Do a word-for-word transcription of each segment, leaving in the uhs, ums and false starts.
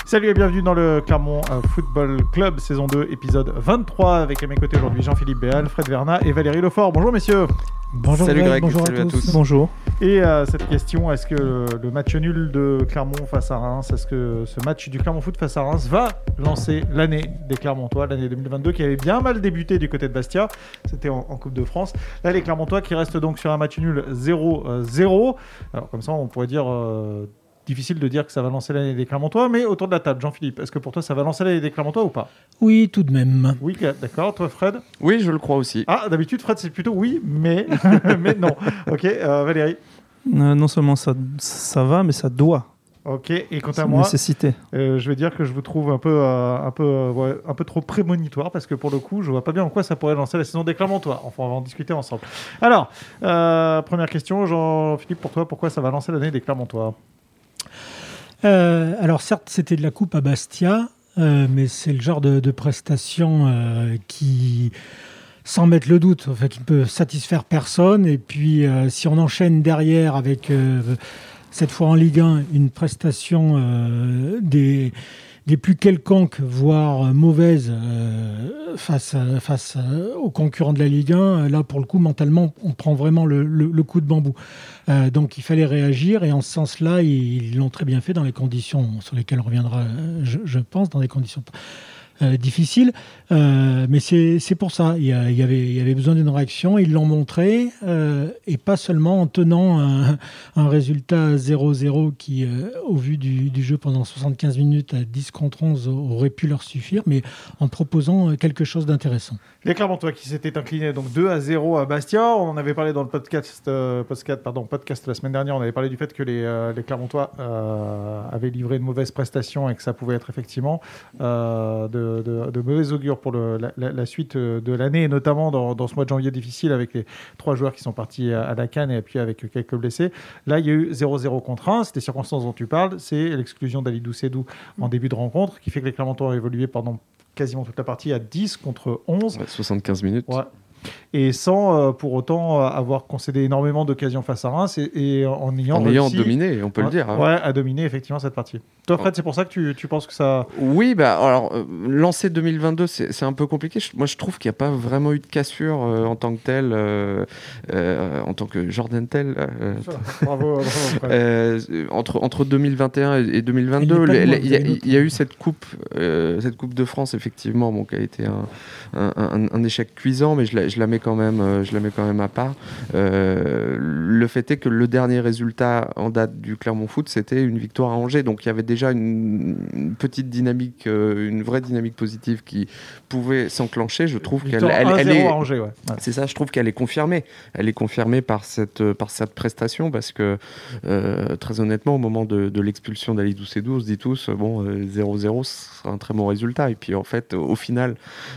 Salut et bienvenue dans le Clermont Football Club, saison deux, épisode vingt-trois, avec à mes côtés aujourd'hui Jean-Philippe Béal, Fred Vernat et Valérie Lefort. Bonjour messieurs. Bonjour Salut Greg, Greg, bonjour salut à, à tous. tous. Bonjour. Et euh, cette question, est-ce que le, le match nul de Clermont face à Reims, est-ce que ce match du Clermont Foot face à Reims va lancer l'année des Clermontois, l'année deux mille vingt-deux qui avait bien mal débuté du côté de Bastia, c'était en, en Coupe de France. Là les Clermontois qui restent donc sur un match nul zéro zéro. Alors comme ça on pourrait dire... Euh, difficile de dire que ça va lancer l'année des Clermontois, mais autour de la table, Jean-Philippe, est-ce que pour toi ça va lancer l'année des Clermontois ou pas ? Oui, tout de même. Oui, d'accord. Toi, Fred ? Oui, je le crois aussi. Ah, d'habitude, Fred, c'est plutôt oui, mais, mais non. Ok, euh, Valérie ? euh, Non seulement ça, ça va, mais ça doit. Ok, et quant à c'est une moi, nécessité. Euh, je vais dire que je vous trouve un peu, euh, un, peu, euh, ouais, un peu trop prémonitoire, parce que pour le coup, je vois pas bien en quoi ça pourrait lancer la saison des Clermontois. Enfin, on va en discuter ensemble. Alors, euh, première question, Jean-Philippe, pour toi, pourquoi ça va lancer l'année des Clermontois ? Euh, alors certes, c'était de la coupe à Bastia, euh, mais c'est le genre de, de prestation euh, qui, sans mettre le doute, enfin, qui ne peut satisfaire personne. Et puis, euh, si on enchaîne derrière avec, euh, cette fois en Ligue un, une prestation euh, des, des plus quelconques, voire mauvaises, euh, face, à, face à, aux concurrents de la Ligue un, là, pour le coup, mentalement, on prend vraiment le, le, le coup de bambou. Euh, donc il fallait réagir et en ce sens-là, ils l'ont très bien fait dans les conditions sur lesquelles on reviendra, je, je pense, dans des conditions euh, difficiles. Euh, mais c'est, c'est pour ça, il y, a, il, y avait, il y avait besoin d'une réaction, ils l'ont montré, euh, et pas seulement en tenant un, un résultat zéro zéro qui, euh, au vu du, du jeu pendant soixante-quinze minutes à dix contre onze, aurait pu leur suffire, mais en proposant quelque chose d'intéressant. Les Clermontois qui s'étaient inclinés donc deux à zéro à Bastia. On en avait parlé dans le podcast, euh, podcast, pardon, podcast la semaine dernière. On avait parlé du fait que les, euh, les Clermontois euh, avaient livré une mauvaise prestation et que ça pouvait être effectivement euh, de, de, de mauvais augure pour le, la, la, la suite de l'année, et notamment dans, dans ce mois de janvier difficile avec les trois joueurs qui sont partis à, à la CAN et puis avec quelques blessés. Là, il y a eu zéro zéro contre un. C'est des circonstances dont tu parles. C'est l'exclusion d'Alidou Sédou en début de rencontre qui fait que les Clermontois ont évolué pendant quasiment toute la partie à dix contre onze. Ouais, soixante-quinze minutes. Ouais. Et sans euh, pour autant euh, avoir concédé énormément d'occasions face à Reims et, et en ayant En ayant réussi, dominé, on peut ouais, le dire. Hein. Ouais, à dominer effectivement cette partie. Toi, Fred, c'est pour ça que tu, tu penses que ça... Oui, bah, alors, euh, lancer deux mille vingt-deux, c'est, c'est un peu compliqué. Je, moi, je trouve qu'il n'y a pas vraiment eu de cassure euh, en tant que tel, euh, euh, en tant que Jordan Tell. Euh, bravo, bravo euh, entre, entre deux mille vingt et un et deux mille vingt-deux, il y, y, y a eu cette coupe, euh, cette coupe de France, effectivement, bon, qui a été un, un, un, un échec cuisant, mais je la, je la mets quand même... je la mets quand même à part. Euh, le fait est que le dernier résultat en date du Clermont Foot, c'était une victoire à Angers. Donc il y avait déjà une, une petite dynamique, euh, une vraie dynamique positive qui pouvait s'enclencher. Je trouve victoire qu'elle elle, elle est. À Angers, ouais. Ouais. C'est ça, je trouve qu'elle est confirmée. Elle est confirmée par cette, par cette prestation parce que, euh, très honnêtement, au moment de, de l'expulsion d'Alidou Sédou, on se dit tous, bon, euh, zéro zéro, ce sera un très bon résultat. Et puis en fait, au final,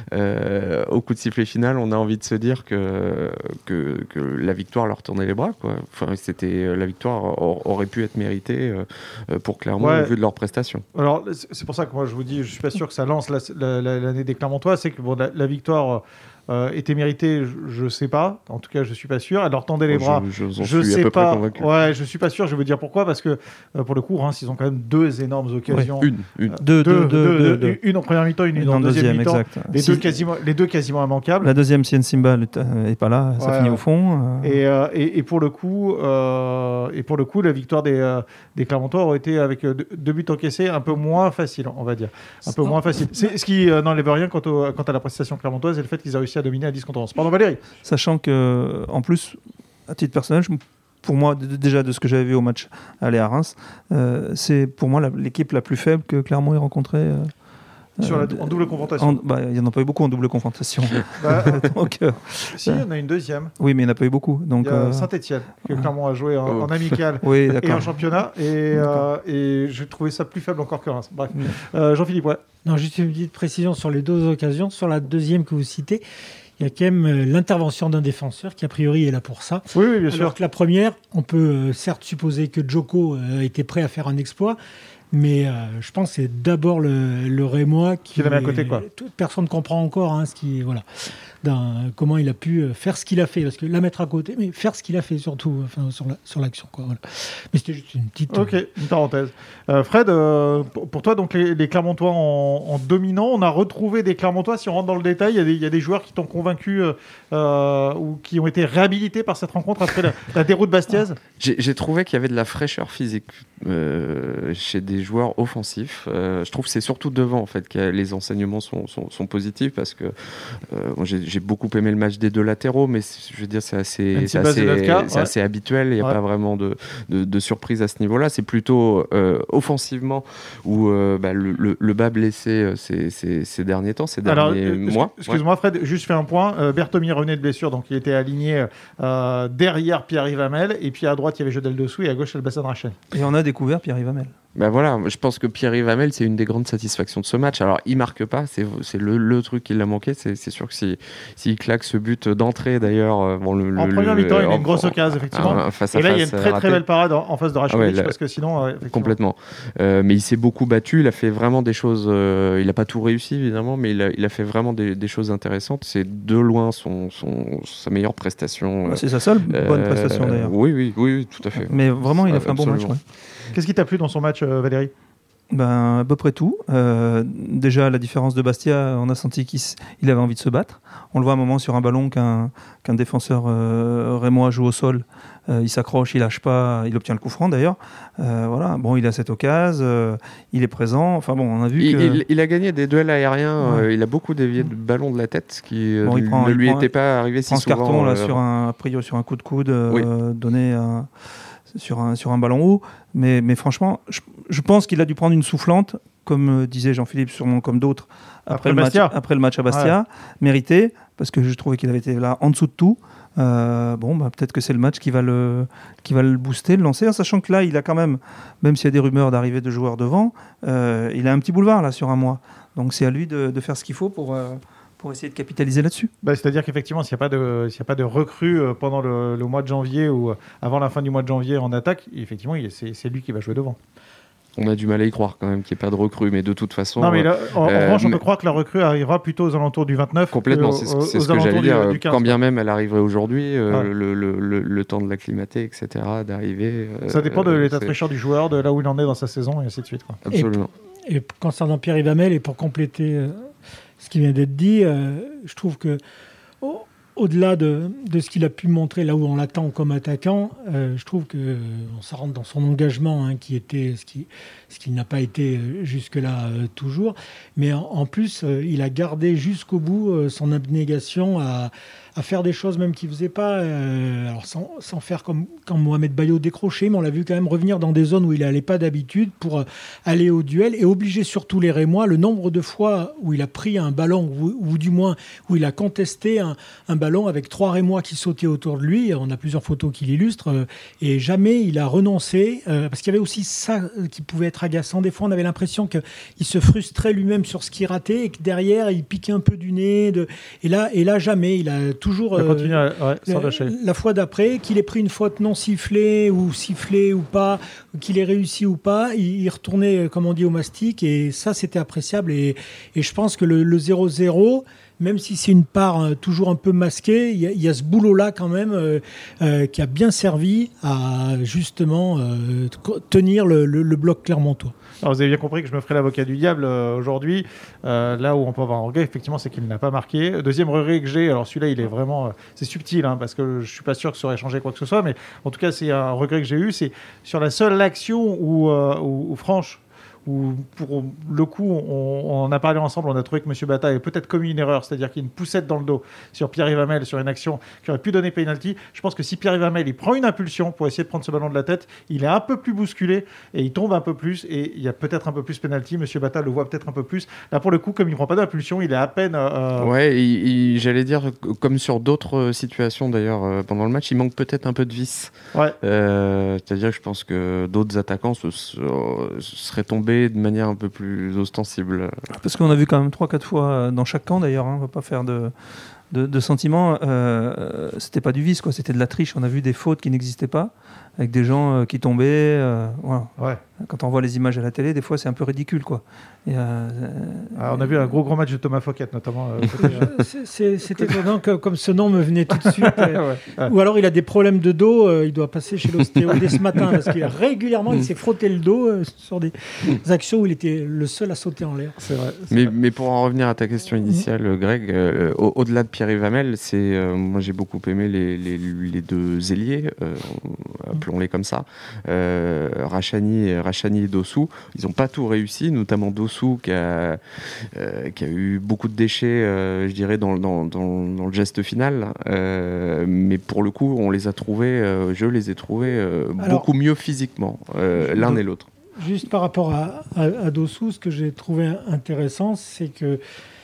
euh, au coup de sifflet final, on a envie de se dire que, que, que la victoire leur tournait les bras, quoi. Enfin, c'était, la victoire aurait pu être méritée pour Clermont ouais. au vu de leur prestation. Alors, c'est pour ça que moi je vous dis, je suis pas sûr que ça lance la, la, la, l'année des Clermontois. C'est que bon, la, la victoire euh, était méritée, je, je sais pas. En tout cas, je suis pas sûr. Elle leur tendait les bras. Je, je, je suis sais à peu pas. Près convaincu. Ouais, je suis pas sûr. Je vais vous dire pourquoi. Parce que euh, pour le coup, Reims, ils ont quand même deux énormes occasions. Ouais, une, une. Euh, deux, deux, deux, deux, deux, deux, deux, deux. Une en première mi-temps, une, une en deuxième, deuxième mi-temps. Exact. Les, si... deux quasiment, les deux quasiment immanquables. La deuxième, si Nsimba n'est pas là, ça ouais, finit ouais. au fond. Euh... Et, euh, et, et pour le coup, euh, et pour le coup, la victoire des, euh, des Clermontois aurait été avec deux, deux buts encaissés, un peu moins facile, on va dire, un peu moins facile. C'est ce qui euh, n'enlève rien quant, au, quant à la prestation clermontoise et le fait qu'ils aient réussi à dominer à dix contre onze. Pardon, Valérie. Sachant que, en plus, à titre personnel, je, pour moi, d- déjà de ce que j'avais vu au match aller à Reims, euh, c'est pour moi la, l'équipe la plus faible que Clermont ait rencontrée. Euh, Sur la, en double confrontation. En, bah, il n'y en a pas eu beaucoup en double confrontation. Bah, donc, euh, si, il y en a une deuxième. Oui, mais il n'y en a pas eu beaucoup. Donc, il y a euh... Saint-Etienne, que Clermont a joué en, oh. en amical oui, et en championnat. Et, euh, et j'ai trouvé ça plus faible encore que Reims. Bref. Mm. Euh, Jean-Philippe, ouais. Non, juste une petite précision sur les deux occasions. Sur la deuxième que vous citez, il y a quand même l'intervention d'un défenseur qui, a priori, est là pour ça. Oui, oui bien sûr. Alors que la première, on peut euh, certes supposer que Djoko euh, était prêt à faire un exploit, Mais euh, je pense que c'est d'abord le, le Rémois qui, qui la met à côté, quoi. Personne ne comprend encore hein, ce qui, voilà, dans, comment il a pu faire ce qu'il a fait. Parce que la mettre à côté, mais faire ce qu'il a fait surtout enfin, sur, la, sur l'action. Quoi, voilà. Mais c'était juste une petite... Ok, une parenthèse. Euh, Fred, euh, pour toi, donc, les, les Clermontois en, en dominant, on a retrouvé des Clermontois, si on rentre dans le détail, il y, y a des joueurs qui t'ont convaincu euh, ou qui ont été réhabilités par cette rencontre après la, la déroute bastiaise. J'ai, j'ai trouvé qu'il y avait de la fraîcheur physique euh, chez des joueurs offensifs. Euh, je trouve que c'est surtout devant en fait, que les enseignements sont, sont, sont positifs parce que euh, j'ai, j'ai beaucoup aimé le match des deux latéraux, mais je veux dire, c'est assez, c'est assez, Vodka, c'est ouais. assez habituel. Il n'y a ouais. pas vraiment de, de, de surprise à ce niveau-là. C'est plutôt euh, offensivement où euh, bah, le, le, le bas blessé ces, ces, ces derniers temps, ces Alors, derniers euh, mois. Excuse-moi, ouais. Fred, juste fait un point. Euh, Bertomi revenait de blessure, donc il était aligné euh, derrière Pierre-Yves Hamel, et puis à droite, il y avait Jodel Dessous, et à gauche, Elbassan Rachel. Et on a découvert Pierre-Yves Hamel. Ben voilà, je pense que Pierre-Yves Hamel, c'est une des grandes satisfactions de ce match. Alors, il marque pas, c'est, c'est le, le truc qui l'a manqué. C'est, c'est sûr que s'il si, si claque ce but d'entrée, d'ailleurs... Bon, le, en le, première le, mi-temps, il en, a une grosse occasion, effectivement. En, face à et là, face, il y a une très, raté. très belle parade en, en face de Rachkovic, ah ouais, parce que sinon... Euh, complètement. Euh, mais il s'est beaucoup battu, il a fait vraiment des choses... Euh, il n'a pas tout réussi, évidemment, mais il a, il a fait vraiment des, des choses intéressantes. C'est de loin son, son, sa meilleure prestation. Bah, c'est sa seule euh, bonne prestation, d'ailleurs. Oui, oui, oui, oui, tout à fait. Mais vraiment, il a ah, fait un bon match, ouais. Qu'est-ce qui t'a plu dans son match, euh, Valérie ? Ben, à peu près tout. Euh, déjà, la différence de Bastia, on a senti qu'il il avait envie de se battre. On le voit à un moment sur un ballon qu'un, qu'un défenseur euh, rémois joue au sol. Euh, il s'accroche, il lâche pas, il obtient le coup franc d'ailleurs. Euh, voilà. Bon, il a cette occasion, euh, il est présent. Enfin bon, on a vu il, que... il, il a gagné des duels aériens. Ouais. Euh, il a beaucoup dévié de ballons de la tête, ce qui bon, il prend, ne lui il prend, était pas arrivé si souvent. Il prend ce carton là euh, sur un, a priori sur un coup de coude euh, oui. donné à, sur un sur un ballon haut. Mais mais franchement, je, je pense qu'il a dû prendre une soufflante. Comme disait Jean-Philippe, sûrement comme d'autres, après, après, le, match, après le match à Bastia, ouais. mérité, parce que je trouvais qu'il avait été là en dessous de tout. Euh, bon, bah, peut-être que c'est le match qui va le, qui va le booster, le lancer, en sachant que là, il a quand même, même s'il y a des rumeurs d'arrivée de joueurs devant, euh, il a un petit boulevard là sur un mois. Donc c'est à lui de, de faire ce qu'il faut pour... Euh, pour essayer de capitaliser là-dessus. Bah, c'est-à-dire qu'effectivement, s'il n'y a pas de, s'il n'y a pas de recrue pendant le, le mois de janvier ou avant la fin du mois de janvier en attaque, effectivement, il, c'est, c'est lui qui va jouer devant. On a du mal à y croire quand même qu'il n'y ait pas de recrue, mais de toute façon... Non, mais là, en, euh, en revanche, on mais... peut croire que la recrue arrivera plutôt aux alentours du vingt-neuf. Complètement, au, c'est, au, c'est ce que j'allais du, dire. Du quinze, quand bien même elle arriverait aujourd'hui, euh, ouais. le, le, le, le temps de l'acclimater, et cetera, d'arriver... Euh, Ça dépend de l'état c'est... de fraîcheur du joueur, de là où il en est dans sa saison, et ainsi de suite. Quoi. Absolument. Et, et concernant Pierre-Yves Hamel, et pour compléter euh, ce qui vient d'être dit, euh, je trouve que... Oh, au-delà de, de ce qu'il a pu montrer là où on l'attend comme attaquant, euh, je trouve qu'on euh, s'en rentre dans son engagement, hein, qui était ce qui, ce qui n'a pas été jusque-là euh, toujours. Mais en, en plus, euh, il a gardé jusqu'au bout euh, son abnégation à, à faire des choses même qu'il ne faisait pas, euh, alors sans, sans faire comme quand Mohamed Bayo décrochait, mais on l'a vu quand même revenir dans des zones où il n'allait pas d'habitude pour euh, aller au duel et obliger surtout les Rémois. Le nombre de fois où il a pris un ballon, ou, ou du moins où il a contesté un, un ballon avec trois Rémois qui sautaient autour de lui, on a plusieurs photos qui l'illustrent, euh, et jamais il a renoncé, euh, parce qu'il y avait aussi ça qui pouvait être agaçant. Des fois, on avait l'impression qu'il se frustrait lui-même sur ce qu'il ratait et que derrière, il piquait un peu du nez. De... Et, là, et là, jamais. Il a toujours... Il a continué à, ouais, sans la, lâcher. La fois d'après, qu'il ait pris une faute non sifflée ou sifflée ou pas, qu'il ait réussi ou pas, il, il retournait, comme on dit, au mastic. Et ça, c'était appréciable. Et, et je pense que le, le zéro zéro... même si c'est une part euh, toujours un peu masquée, il y, y a ce boulot-là quand même euh, euh, qui a bien servi à justement euh, tenir le, le, le bloc clermontois. Alors vous avez bien compris que je me ferai l'avocat du diable euh, aujourd'hui. Euh, là où on peut avoir un regret, effectivement, c'est qu'il n'a pas marqué. Deuxième regret que j'ai, alors celui-là, il est vraiment... Euh, c'est subtil, hein, parce que je ne suis pas sûr que ça aurait changé quoi que ce soit, mais en tout cas, c'est un regret que j'ai eu. C'est sur la seule action où, euh, où, où Franche, où pour le coup, on, on en a parlé ensemble, on a trouvé que M. Bata avait peut-être commis une erreur, c'est-à-dire qu'il y a une poussette dans le dos sur Pierre-Yves Hamel, sur une action qui aurait pu donner penalty. Je pense que si Pierre-Yves Hamel, il prend une impulsion pour essayer de prendre ce ballon de la tête, il est un peu plus bousculé et il tombe un peu plus et il y a peut-être un peu plus penalty. M. Bata le voit peut-être un peu plus. Là, pour le coup, comme il ne prend pas d'impulsion, il est à peine... Euh... Ouais, il, il, j'allais dire, comme sur d'autres situations d'ailleurs euh, pendant le match, il manque peut-être un peu de vis. Ouais. Euh, c'est-à-dire que je pense que d'autres attaquants se, se, se seraient tombés de manière un peu plus ostensible. Parce qu'on a vu quand même trois quatre fois dans chaque camp d'ailleurs, hein, on ne va pas faire de, de, de sentiment, euh, c'était pas du vice, quoi. C'était de la triche. On a vu des fautes qui n'existaient pas, avec des gens euh, qui tombaient. Euh, voilà. Ouais. Quand on voit les images à la télé, des fois, c'est un peu ridicule, quoi. Et, euh, ah, on a vu un gros gros match de Thomas Fouquet, notamment. Euh, c'est, c'est, c'est étonnant que comme ce nom me venait tout de suite. Euh, ouais. Ou alors il a des problèmes de dos, euh, il doit passer chez l'ostéo dès ce matin, parce qu'il a régulièrement, il s'est frotté le dos euh, sur des actions où il était le seul à sauter en l'air. C'est vrai. C'est mais, vrai. mais pour en revenir à ta question initiale, mmh. Greg, euh, au- au-delà de Pierre-Yves Hamel, c'est, euh, moi j'ai beaucoup aimé les, les, les deux ailiers, euh, appelons-les comme ça, euh, Rachani, Rachani et Dossou. Ils n'ont pas tout réussi, notamment Dossou qui a, euh, qui a eu beaucoup de déchets, euh, je dirais, dans, dans, dans, dans le geste final. Euh, mais pour le coup, on les a trouvés, euh, je les ai trouvés euh, Alors, beaucoup mieux physiquement, euh, l'un et l'autre. Juste par rapport à, à, à Dossou, ce que j'ai trouvé intéressant, c'est que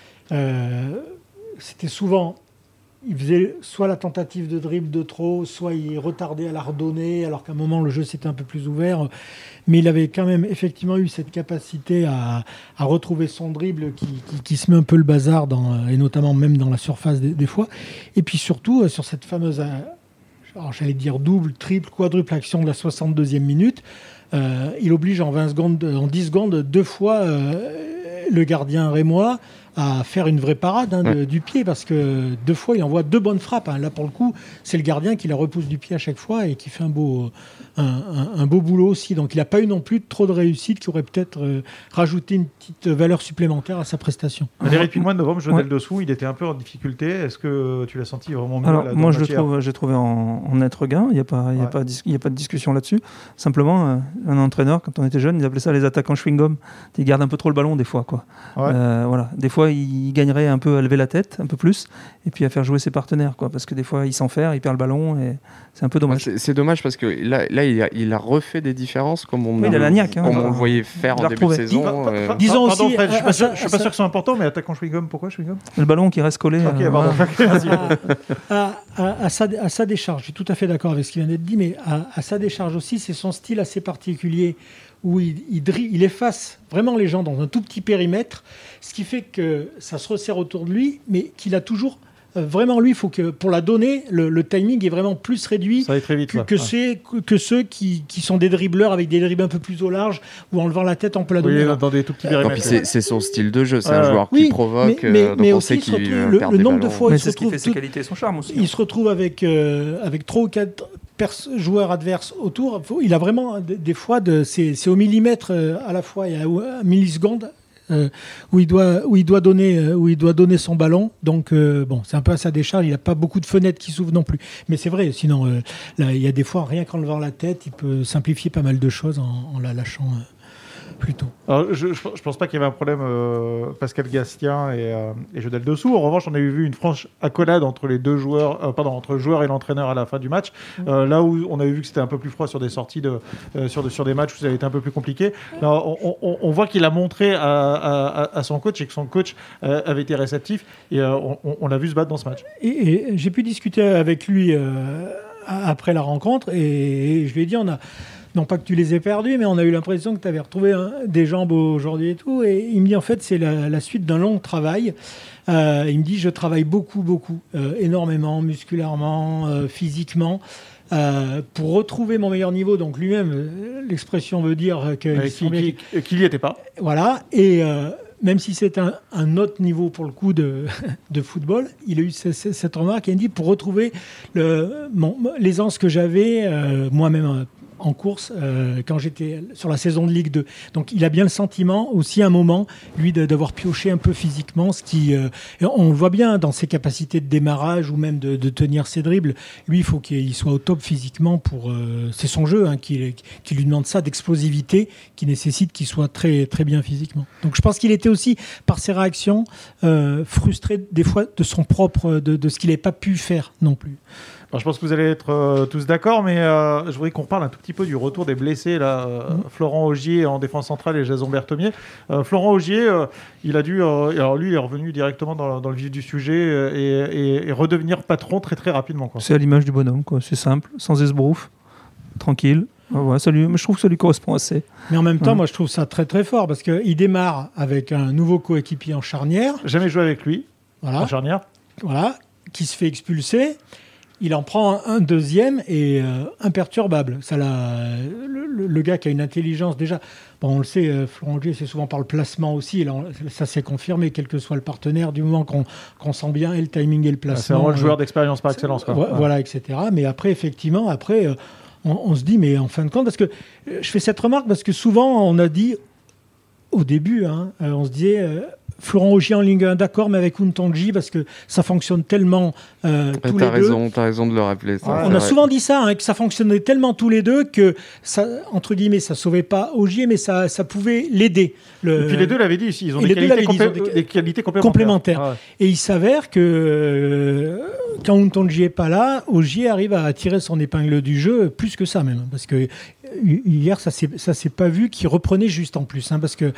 euh, c'était souvent... Il faisait soit la tentative de dribble de trop, soit il retardait à la redonner, alors qu'à un moment, le jeu s'était un peu plus ouvert. Mais il avait quand même effectivement eu cette capacité à, à retrouver son dribble qui, qui, qui se met un peu le bazar, dans, et notamment même dans la surface des, des fois. Et puis surtout, sur cette fameuse, alors j'allais dire double, triple, quadruple action de la soixante-deuxième minute, euh, il oblige en, vingt secondes, en dix secondes deux fois euh, le gardien rémois à faire une vraie parade hein, de, ouais. du pied, parce que deux fois il envoie deux bonnes frappes hein. Là pour le coup c'est le gardien qui la repousse du pied à chaque fois et qui fait un beau, un, un, un beau boulot aussi, donc il n'a pas eu non plus trop de réussite qui aurait peut-être euh, rajouté une petite valeur supplémentaire à sa prestation. Mais depuis le mois de novembre, Jonel ouais. Dossou il était un peu en difficulté, est-ce que tu l'as senti vraiment mieux? Alors là, moi je le trouve, j'ai trouvé en, en net regain, il n'y a, pas, y a, ouais. pas, y a pas de discussion là-dessus, simplement euh, un entraîneur quand on était jeune il appelait ça les attaquants chewing-gum, ils gardent un peu trop le ballon des fois quoi. Ouais. Euh, voilà. Des fois il gagnerait un peu à lever la tête, un peu plus, et puis à faire jouer ses partenaires, quoi, parce que des fois il s'enferme, il perd le ballon, et c'est un peu dommage. Ouais, c'est, c'est dommage parce que là, là il, a, il a refait des différences comme on, oui, il a la niaque, hein, comme on le voyait faire en début de saison. Dis, euh... Disons pardon, aussi, Fred, je ne suis pas, sûr, pas sûr que c'est important, mais attaquant chewing-gum, pourquoi chewing-gum? Le ballon qui reste collé. Okay, euh, pardon, voilà. à, à, à, sa, à sa décharge, je suis tout à fait d'accord avec ce qui vient d'être dit, mais à, à sa décharge aussi, c'est son style assez particulier où il, il, il efface vraiment les gens dans un tout petit périmètre, ce qui fait que ça se resserre autour de lui, mais qu'il a toujours... Euh, vraiment, lui, il faut que, pour la donner, le, le timing est vraiment plus réduit ça va très vite, que, que, ouais. que, que ceux qui, qui sont des dribbleurs avec des dribbles un peu plus au large, ou en levant la tête, on peut la donner. Oui, dans des tout petits périmètres. Puis c'est, c'est son style de jeu, c'est euh, un joueur oui, qui provoque, mais, mais, donc mais on aussi, sait qu'il retrouve, euh, le, perd le des nombre ballons. de fois, mais il c'est se ce qui fait tout, ses qualités et son charme aussi. Il hein. se retrouve avec, euh, avec trois ou quatre pers- joueurs adverses autour. Il a vraiment des, des fois, de, c'est, c'est au millimètre euh, à la fois, il y a un milliseconde. Euh, où il doit où il doit donner euh, où il doit donner son ballon, donc euh, bon c'est un peu à sa décharge, il n'a pas beaucoup de fenêtres qui s'ouvrent non plus, mais c'est vrai sinon euh, là, il y a des fois rien qu'en levant la tête il peut simplifier pas mal de choses en, en la lâchant euh, plus tôt. Alors, je ne pense pas qu'il y avait un problème euh, Pascal Gastien et, euh, et Jonel Dossou. En revanche, on a vu une franche accolade entre les deux joueurs, euh, pardon, entre le joueur et l'entraîneur à la fin du match. Mmh. Euh, là où on avait vu que c'était un peu plus froid sur des sorties de, euh, sur, de, sur des matchs où ça avait été un peu plus compliqué. Là, on, on, on voit qu'il a montré à, à, à son coach et que son coach euh, avait été réceptif et euh, on, on l'a vu se battre dans ce match. Et, et j'ai pu discuter avec lui euh, après la rencontre et, et je lui ai dit on a non pas que tu les aies perdus, mais on a eu l'impression que tu avais retrouvé hein, des jambes aujourd'hui et tout. Et il me dit, en fait, c'est la, la suite d'un long travail. Euh, il me dit, je travaille beaucoup, beaucoup, euh, énormément, musculairement, euh, physiquement, euh, pour retrouver mon meilleur niveau. Donc lui-même, euh, l'expression veut dire qu'il euh, qu'il n'y qu était pas. Voilà. Et... Euh, même si c'est un, un autre niveau pour le coup de, de football, il a eu c- c- cette remarque. Il a dit pour retrouver le, mon, l'aisance que j'avais euh, moi-même en course euh, quand j'étais sur la saison de Ligue deux. Donc il a bien le sentiment aussi à un moment, lui, de, d'avoir pioché un peu physiquement, ce qui, euh, on le voit bien dans ses capacités de démarrage ou même de, de tenir ses dribbles. Lui, il faut qu'il soit au top physiquement pour... Euh, c'est son jeu hein, qui, qui lui demande ça, d'explosivité, qui nécessite qu'il soit très, très bien physiquement. Donc je pense qu'il était aussi, par ses réactions, euh, frustré des fois de son propre, de, de ce qu'il n'avait pas pu faire non plus. Alors, je pense que vous allez être euh, tous d'accord, mais euh, je voudrais qu'on parle un tout petit peu du retour des blessés, là, euh, mmh. Florent Ogier en défense centrale et Jason Berthommier. Euh, Florent Ogier, euh, il a dû, euh, alors lui, il est revenu directement dans, dans le vif du sujet euh, et, et, et redevenir patron très très rapidement, quoi. C'est à l'image du bonhomme, quoi. C'est simple, sans esbrouf, tranquille. Ouais, ça lui, je trouve que ça lui correspond assez. Mais en même temps, ouais. moi, je trouve ça très très fort parce qu'il démarre avec un nouveau coéquipier en charnière. Jamais joué avec lui, voilà. en charnière. Voilà. qui se fait expulser. Il en prend un deuxième et euh, imperturbable. Ça, la, le, le, le gars qui a une intelligence déjà. Bon, on le sait, euh, Florent Ogier, c'est souvent par le placement aussi. Là, on, ça s'est confirmé, quel que soit le partenaire, du moment qu'on, qu'on sent bien et le timing et le placement. C'est vraiment le joueur d'expérience par excellence. Quoi. Ouais. Voilà, et cetera. Mais après, effectivement, après, euh, on, on se dit, mais en fin de compte, parce que euh, je fais cette remarque parce que souvent, on a dit, au début, hein, euh, on se disait. Euh, Florent Ogier en Ligue un, d'accord, mais avec Untonji, parce que ça fonctionne tellement euh, tous t'as les raison, deux. T'as raison de le rappeler. Ça, ouais, on a vrai. souvent dit ça, hein, que ça fonctionnait tellement tous les deux que, ça, entre guillemets, ça ne sauvait pas Ogier, mais ça, ça pouvait l'aider. Le... Et puis les deux l'avaient dit ici, ils ont, des qualités, complé... dit, ils ont des... des qualités complémentaires. complémentaires. Ah ouais. Et il s'avère que euh, quand Untonji n'est pas là, Ogier arrive à tirer son épingle du jeu, plus que ça même, parce que hier, ça ne s'est pas vu qu'il reprenait juste en plus. Hein, parce que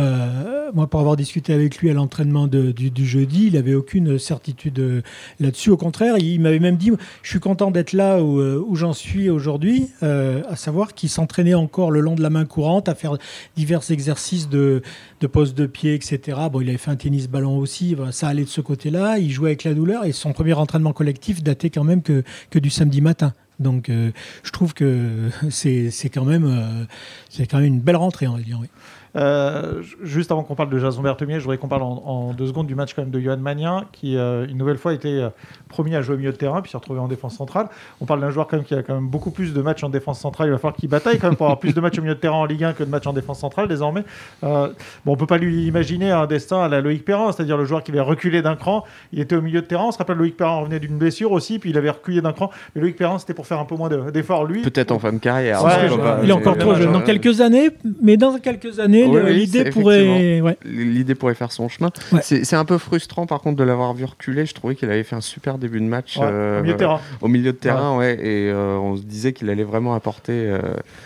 euh, moi, pour avoir discuté avec lui à l'entraînement de, du, du jeudi, il n'avait aucune certitude là-dessus. Au contraire, il m'avait même dit « Je suis content d'être là où, où j'en suis aujourd'hui euh, », à savoir qu'il s'entraînait encore le long de la main courante, à faire divers exercices de, de pose de pied, et cetera. Bon, il avait fait un tennis-ballon aussi, ça allait de ce côté-là. Il jouait avec la douleur et son premier entraînement collectif datait quand même que, que du samedi matin. Donc, euh, je trouve que c'est, c'est, quand même, euh, c'est quand même une belle rentrée, on va dire. Oui. Euh, juste avant qu'on parle de Jason Berthemier, je voudrais qu'on parle en, en deux secondes du match quand même de Johan Magnin, qui euh, une nouvelle fois était euh, promis à jouer au milieu de terrain, puis s'est retrouvé en défense centrale. On parle d'un joueur quand même qui a quand même beaucoup plus de matchs en défense centrale. Il va falloir qu'il bataille quand même pour avoir plus de matchs au milieu de terrain en Ligue un que de matchs en défense centrale désormais. Euh, bon, on peut pas lui imaginer un destin à la Loïc Perrin, c'est-à-dire le joueur qui va reculer d'un cran. Il était au milieu de terrain. On se rappelle, Loïc Perrin revenait d'une blessure aussi, puis il avait reculé d'un cran. Mais Loïc Perrin, c'était pour faire un peu moins de, d'efforts lui. Peut-être en fin de carrière. Ouais, ouais, ouais, il est encore trop jeune. Dans quelques années, mais dans quelques années, oui, oui, l'idée pourrait. Ouais. L'idée pourrait faire son chemin. Ouais. C'est, c'est un peu frustrant par contre de l'avoir vu reculer. Je trouvais qu'il avait fait un super début de match ouais, euh, au milieu de terrain. Au milieu de terrain, ouais. ouais et euh, on se disait qu'il allait vraiment apporter. Euh,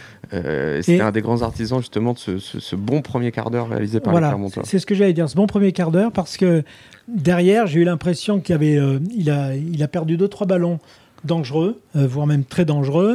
euh, c'était et un des grands artisans justement de ce, ce, ce bon premier quart d'heure réalisé par voilà, les Clermontois. C'est ce que j'allais dire, ce bon premier quart d'heure, parce que derrière, j'ai eu l'impression qu'il y avait, euh, il a, il a perdu deux trois ballons dangereux, euh, voire même très dangereux.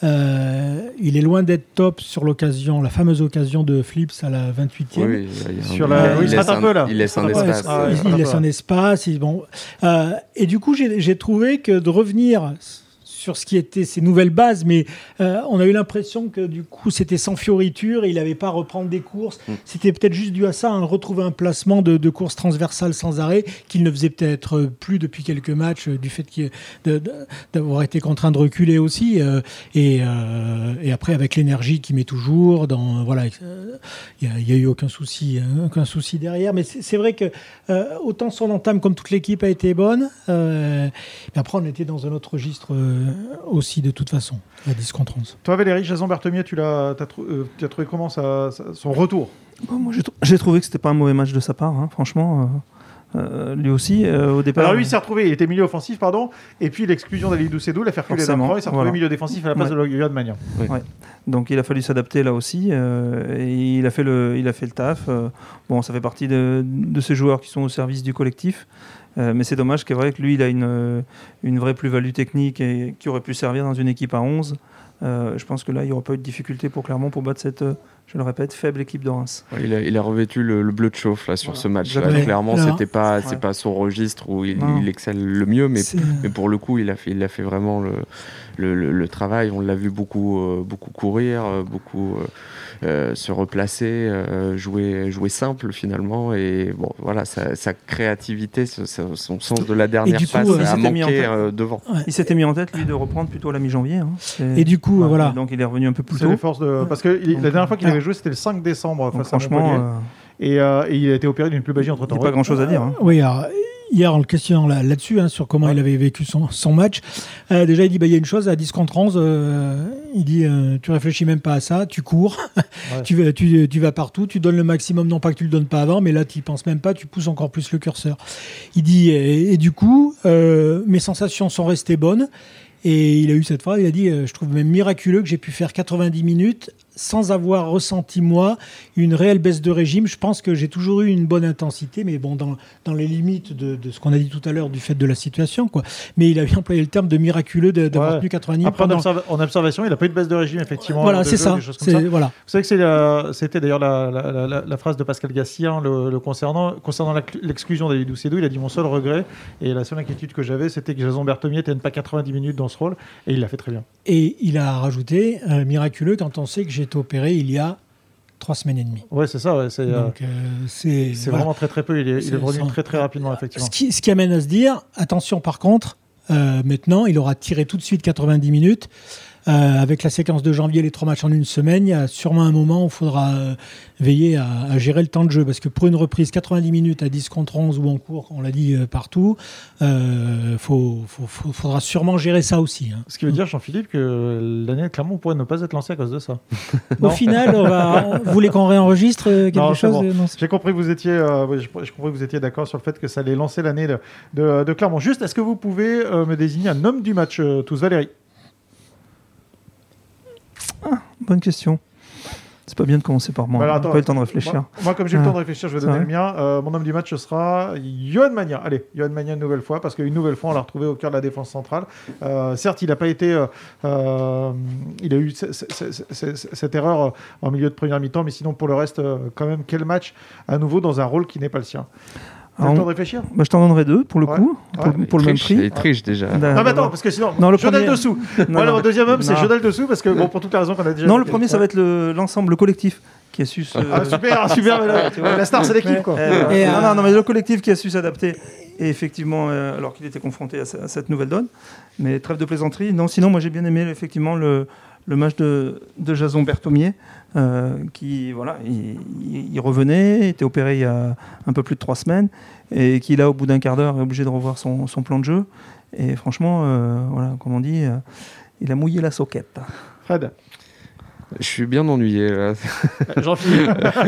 Euh, il est loin d'être top sur l'occasion, la fameuse occasion de Flips à la vingt-huitième. Oui, il, sur la... il, il, laisse un, un peu, là. il laisse un espace. Ah, il, il laisse un espace. Il, bon. euh, et du coup, j'ai, j'ai trouvé que de revenir sur ce qui était ses nouvelles bases, mais euh, on a eu l'impression que du coup c'était sans fioriture et il n'avait pas à reprendre des courses. Mm. C'était peut-être juste dû à ça, hein, retrouver un placement de, de course transversale sans arrêt qu'il ne faisait peut-être plus depuis quelques matchs, euh, du fait qu'il, de, de, d'avoir été contraint de reculer aussi. Euh, et, euh, et après avec l'énergie qu'il met toujours, dans, voilà, il euh, n'y a, a eu aucun souci, hein, aucun souci derrière. Mais c'est, c'est vrai que euh, autant son entame comme toute l'équipe a été bonne, euh, et après on était dans un autre registre. Euh, aussi de toute façon, à dix contre onze. Toi Valérie, Jason Berthemier, tu l'as, t'as trou- euh, tu as trouvé comment ça, ça, son retour? Bon, moi j'ai, t- j'ai trouvé que c'était pas un mauvais match de sa part, hein, franchement. Euh, euh, lui aussi, euh, au départ. Alors lui, il s'est retrouvé, il était milieu offensif, pardon, et puis l'exclusion d'Ali Doucedou l'a fait reculer d'un cran, il s'est retrouvé voilà. milieu défensif à la place ouais. de Johan Magnin. Oui. Ouais. Donc il a fallu s'adapter là aussi, euh, et il a fait le, il a fait le taf. Euh, bon, ça fait partie de, de ces joueurs qui sont au service du collectif. Euh, mais c'est dommage qu'est vrai que lui, il a une, une vraie plus-value technique et qui aurait pu servir dans une équipe à onze. Euh, je pense que là, il n'y aura pas eu de difficulté pour Clermont pour battre cette, je le répète, faible équipe de Reims. Ouais, il, a, il a revêtu le, le bleu de chauffe là, sur voilà. ce match. Là, ouais. Clairement, ce n'était pas, ouais. c'est pas son registre où il, il excelle le mieux, mais, mais pour le coup, il a fait, il a fait vraiment le, le, le, le travail. On l'a vu beaucoup, euh, beaucoup courir, beaucoup euh, euh, se replacer, euh, jouer, jouer simple finalement. Et bon, voilà, sa, sa créativité, sa, son sens de la dernière coup, passe euh, a manqué tête, euh, devant. Ouais. Il s'était mis en tête, lui, de reprendre plutôt à la mi-janvier. Hein. Et du coup, ouais, voilà. Donc il est revenu un peu plus c'est tôt. Les forces de... Parce que il, la dernière fois qu'il avait joué, c'était le cinq décembre face à Montpellier. Euh... Et, euh, et il a été opéré d'une pubalgie entre temps. Il n'y a pas grand-chose à dire. Hein. Oui, alors, hier, en le questionnant là, là-dessus, hein, sur comment ouais. il avait vécu son, son match, euh, déjà, il dit, bah, il y a une chose, à dix contre onze, euh, il dit, euh, tu réfléchis même pas à ça, tu cours, ouais. tu, tu, tu vas partout, tu donnes le maximum, non pas que tu le donnes pas avant, mais là, tu n'y penses même pas, tu pousses encore plus le curseur. Il dit, et, et du coup, euh, mes sensations sont restées bonnes. Et il a eu cette phrase, il a dit, euh, je trouve même miraculeux que j'ai pu faire quatre-vingt-dix minutes sans avoir ressenti, moi, une réelle baisse de régime. Je pense que j'ai toujours eu une bonne intensité, mais bon, dans, dans les limites de, de ce qu'on a dit tout à l'heure du fait de la situation, quoi. Mais il a bien employé le terme de miraculeux d'avoir ouais. tenu quatre-vingt-dix Après, pendant... en, observa- en observation, il n'a pas eu de baisse de régime, effectivement. Voilà, c'est ça. C'est, ça. Voilà. Vous savez que c'est la, c'était d'ailleurs la, la, la, la phrase de Pascal Gassien le, le concernant, concernant la, l'exclusion d'Alidou Seydou. Il a dit mon seul regret et la seule inquiétude que j'avais, c'était que Jason Berthomier tienne pas quatre-vingt-dix minutes dans ce rôle, et il l'a fait très bien. Et il a rajouté euh, miraculeux quand on sait que j'ai été opéré il y a trois semaines et demie. Ouais, c'est ça. Ouais, c'est Donc, euh, c'est, c'est voilà. vraiment très très peu. Il est, il est revenu très très rapidement, effectivement. Ce qui, ce qui amène à se dire, attention par contre, euh, maintenant, il aura tiré tout de suite quatre-vingt-dix minutes. Euh, avec la séquence de janvier, les trois matchs en une semaine, il y a sûrement un moment où il faudra euh, veiller à, à gérer le temps de jeu. Parce que pour une reprise quatre-vingt-dix minutes à dix contre onze ou en cours, on l'a dit euh, partout, il euh, faut, faut, faut, faudra sûrement gérer ça aussi. Hein. Ce qui veut dire, Jean-Philippe, que l'année de Clermont pourrait ne pas être lancée à cause de ça. Au final, on va, vous voulez qu'on réenregistre quelque non, chose bon. non, J'ai compris que vous étiez, euh, j'ai compris que vous étiez d'accord sur le fait que ça allait lancer l'année de, de, de Clermont. Juste, est-ce que vous pouvez euh, me désigner un homme du match, euh, tous, Valérie? Ah, bonne question. C'est pas bien de commencer par moi. Bah alors, attends, pas eu le temps de réfléchir. Moi, moi comme j'ai ah. le temps de réfléchir, je vais donner le mien. Euh, mon homme du match, ce sera Yoann Magnin. Allez, Yoann Magnin une nouvelle fois, parce qu'une nouvelle fois, on l'a retrouvé au cœur de la défense centrale. Euh, certes, il n'a pas été... Euh, euh, il a eu c- c- c- c- cette erreur en milieu de première mi-temps, mais sinon, pour le reste, euh, quand même, quel match à nouveau dans un rôle qui n'est pas le sien. Tu as le temps de réfléchir? Bah, je t'en donnerai deux pour le ouais. coup, pour, ouais. pour le triche, même prix. Il triche déjà. Non, non mais attends, parce que sinon, non, le Jodel premier... dessous. Moi, le deuxième homme, c'est Jodel dessous, parce que bon, pour toutes les raisons qu'on a déjà. Non, le premier, ça va être le, l'ensemble, le collectif qui a su se. Ah, super, super. La, la star, c'est l'équipe, quoi. Et, et, non, non, non, mais le collectif qui a su s'adapter, et effectivement, euh, alors qu'il était confronté à, à cette nouvelle donne. Mais trêve de plaisanterie. Non, sinon, moi, j'ai bien aimé effectivement le. le match de, de Jason Berthomier, euh, qui voilà, il, il revenait, était opéré il y a un peu plus de trois semaines, et qui là, au bout d'un quart d'heure, est obligé de revoir son, son plan de jeu. Et franchement, euh, voilà, comme on dit, euh, il a mouillé la soquette. Fred? Je suis bien ennuyé là. Jean-Philippe.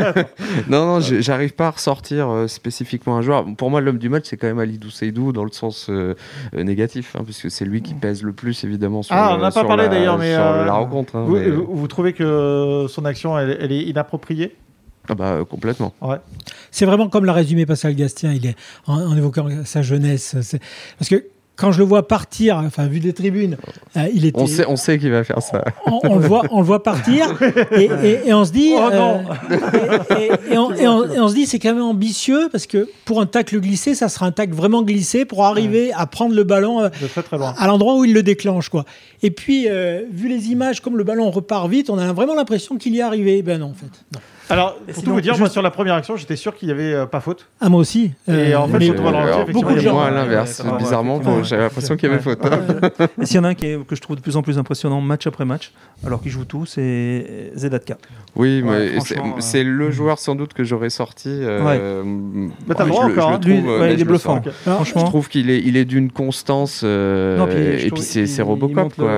non, non, j'arrive pas à ressortir euh, spécifiquement un joueur. Pour moi, l'homme du match, c'est quand même Alidou Seydou dans le sens euh, euh, négatif, hein, puisque c'est lui qui pèse le plus évidemment sur, ah, on n'a pas parlé la, d'ailleurs, mais sur euh, la rencontre. Hein, vous, mais... vous, vous trouvez que son action, elle, elle est inappropriée? Ah bah euh, complètement. Ouais. C'est vraiment comme l'a résumé Pascal Gastien, il est en, en évoquant sa jeunesse. C'est... Parce que quand je le vois partir, enfin vu des tribunes, euh, il était. On sait, on sait qu'il va faire ça. On, on le voit, on le voit partir, et, et, et on se dit. Oh non. Euh, et, et, et, on, et, on, et on se dit, c'est quand même ambitieux parce que pour un tacle glissé, ça sera un tacle vraiment glissé pour arriver ouais. à prendre le ballon euh, de très, très loin. à l'endroit où il le déclenche, quoi. Et puis, euh, vu les images, comme le ballon repart vite, on a vraiment l'impression qu'il y est arrivé. Ben non, en fait. Non. Alors, pour sinon, tout vous dire, juste... moi, sur la première action, j'étais sûr qu'il n'y avait euh, pas faute. Ah, moi aussi. Euh, et en fait, surtout à le ralenti, effectivement, beaucoup de gens. Moi, à l'inverse, ouais, bizarrement, ouais, j'avais l'impression qu'il y avait faute. Ouais. Et s'il y en a un qui est, que je trouve de plus en plus impressionnant, match après match, alors qu'il joue tout, c'est Zedatka. Oui, ouais, mais c'est, c'est euh... le joueur sans doute que j'aurais sorti. Euh, ouais. Mais t'as le droit encore. Lui, ouais, il est bluffant. Okay. Franchement, je trouve qu'il est, il est d'une constance. Euh, non, puis, et puis c'est, c'est Robocop, quoi.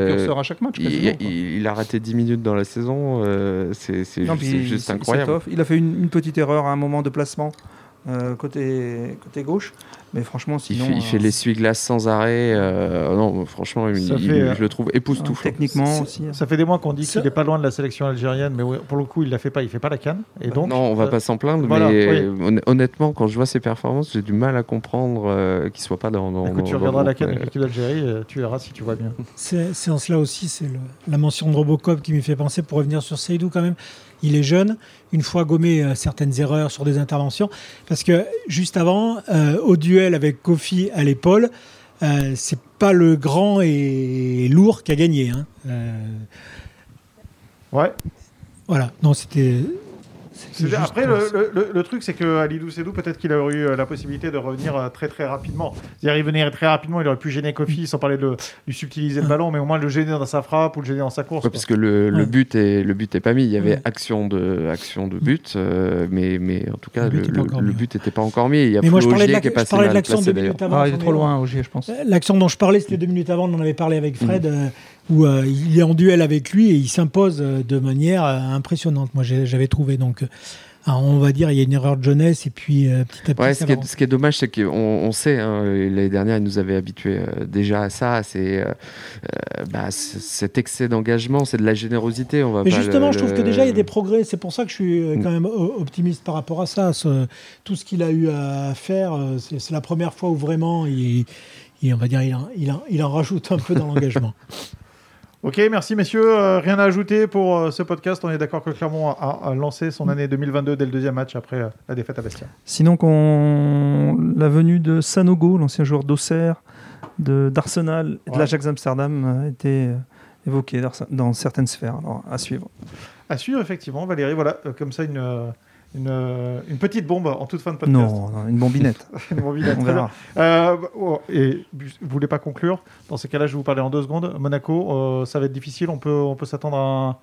À chaque match. Il a raté dix minutes dans la saison. C'est juste incroyable. Il a fait une, une petite erreur à un moment de placement euh, côté, côté gauche, mais franchement, sinon... Il fait, il fait euh, l'essuie-glace sans arrêt. Euh, non, franchement, il, fait, il, euh, je le trouve époustouflant. Techniquement c'est, aussi. Ça fait des mois qu'on dit ça... qu'il n'est pas loin de la sélection algérienne, mais pour le coup, il ne la fait pas. Il ne fait pas la CAN. Et donc, non, on ne va euh, pas s'en plaindre, voilà, mais oui. honnêtement, quand je vois ses performances, j'ai du mal à comprendre euh, qu'il ne soit pas dans... dans Écoute, dans, tu regarderas la CAN mais... avec l'équipe d'Algérie, euh, tu verras si tu vois bien. C'est, c'est en cela aussi, c'est le, la mention de Robocop qui m'y fait penser, pour revenir sur Seydou quand même. Il est jeune, une fois gommé euh, certaines erreurs sur des interventions, parce que juste avant, euh, au duel avec Kofi à l'épaule, euh, c'est pas le grand et lourd qui a gagné. Hein. Euh... Ouais. Voilà, non, c'était... C'est après, le, le, le truc, c'est que Alidou Seydou, peut-être qu'il aurait eu la possibilité de revenir très très rapidement. C'est-à-dire, il venait très rapidement, il aurait pu gêner Kofi, sans parler de lui subtiliser le ballon, mais au moins le gêner dans sa frappe ou le gêner dans sa course. Ouais, parce que le, le but est le but est pas mis. Il y avait ouais. action de action de but, euh, mais mais en tout cas, le, le, le, le but n'était pas encore mis. Il y a mais moi, je parlais de, la, qui est passé je parlais de mal l'action placé, deux minutes avant. Ah, il est trop loin, Ogier, je pense. L'action dont je parlais, c'était deux minutes avant. On en avait parlé avec Fred. Mmh. Euh, où euh, il est en duel avec lui et il s'impose euh, de manière euh, impressionnante. Moi, j'ai, j'avais trouvé donc. Alors, on va dire il y a une erreur de jeunesse et puis euh, petit à petit. Ouais, ça ce, qui est, ce qui est dommage, c'est qu'on on sait, hein, l'année dernière, ils nous avaient habitués euh, déjà à ça. C'est euh, bah, cet excès d'engagement, c'est de la générosité. On va Mais pas justement, le, je trouve le... que déjà il y a des progrès. C'est pour ça que je suis quand même optimiste par rapport à ça. Ce, tout ce qu'il a eu à faire, c'est, c'est la première fois où vraiment il, il on va dire, il en, il en, il en rajoute un peu dans l'engagement. Ok, merci messieurs. Euh, rien à ajouter pour euh, ce podcast. On est d'accord que Clermont a, a lancé son année deux mille vingt-deux dès le deuxième match après euh, la défaite à Bastia. Sinon, qu'on... la venue de Sanogo, l'ancien joueur d'Auxerre, de, d'Arsenal et de ouais. l'Ajax Amsterdam a été évoquée dans certaines sphères. Alors, à suivre. À suivre, effectivement. Valérie, voilà, euh, comme ça, une... Euh... Une, une petite bombe en toute fin de podcast. Non, non une bombinette. une bombinette. On verra. Euh, oh, et vous voulez pas conclure? Dans ces cas-là, je vais vous parler en deux secondes. Monaco, euh, ça va être difficile. On peut, on peut s'attendre à,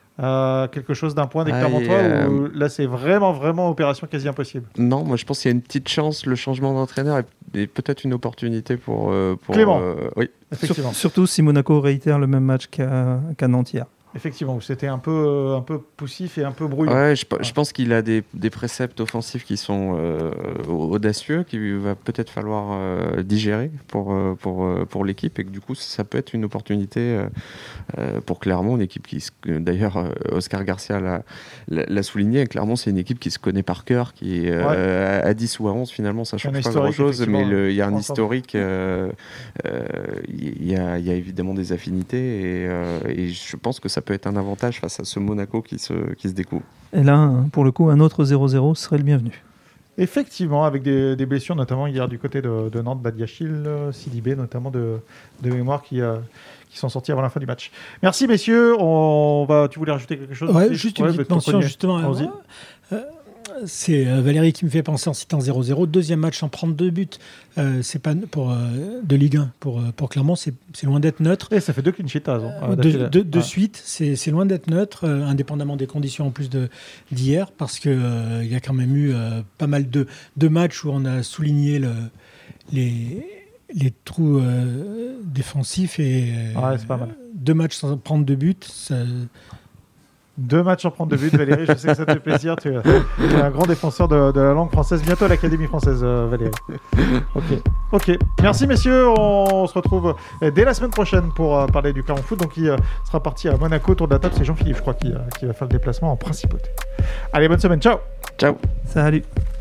à quelque chose d'un point des Clermontois euh... où là, c'est vraiment, vraiment opération quasi impossible. Non, moi, je pense qu'il y a une petite chance. Le changement d'entraîneur est, est peut-être une opportunité pour, euh, pour Clément. Euh, oui, effectivement. Sur, surtout si Monaco réitère le même match qu'à, qu'à Nantes hier. Effectivement, c'était un peu, un peu poussif et un peu brouillon. Ouais, je, je pense qu'il a des, des préceptes offensifs qui sont euh, audacieux, qu'il va peut-être falloir euh, digérer pour, pour, pour l'équipe et que du coup, ça peut être une opportunité euh, pour Clermont, une équipe qui, d'ailleurs, Oscar Garcia l'a, l'a souligné, Clermont, c'est une équipe qui se connaît par cœur, qui euh, ouais. à dix ou à onze, finalement, ça ne change pas grand-chose, mais il y a un historique, euh, euh, y, a, y a évidemment des affinités et, euh, et je pense que ça peut être un avantage face à ce Monaco qui se, qui se découvre. Et là, pour le coup, un autre zéro zéro serait le bienvenu. Effectivement, avec des, des blessures, notamment hier du côté de, de Nantes, Badiachil, Sidibé, notamment de, de mémoire, qui, euh, qui sont sortis avant la fin du match. Merci messieurs. On va, tu voulais rajouter quelque chose? Ouais, juste une ouais, petite mention, justement. Euh, c'est euh, Valérie qui me fait penser en citant zéro zéro. Deuxième match sans prendre deux buts euh, c'est pas pour, euh, de Ligue un pour, pour Clermont, c'est, c'est loin d'être neutre. Et ça fait deux clean sheets, euh, de, de, de ah. suite, c'est, c'est loin d'être neutre, euh, indépendamment des conditions en plus de, d'hier, parce qu'il euh, y a quand même eu euh, pas mal de, de matchs où on a souligné le, les, les trous euh, défensifs et euh, ouais, c'est pas mal. Deux matchs sans prendre de but, ça... Deux matchs sans prendre de but, Valérie, je sais que ça te fait plaisir. Tu es, tu es un grand défenseur de, de la langue française. Bientôt à l'Académie française, euh, Valérie. Ok. Ok. Merci, messieurs. On se retrouve dès la semaine prochaine pour euh, parler du Clermont Foot. Donc, il euh, sera parti à Monaco autour de la table. C'est Jean-Philippe, je crois, qui, euh, qui va faire le déplacement en principauté. Allez, bonne semaine. Ciao. Ciao. Salut.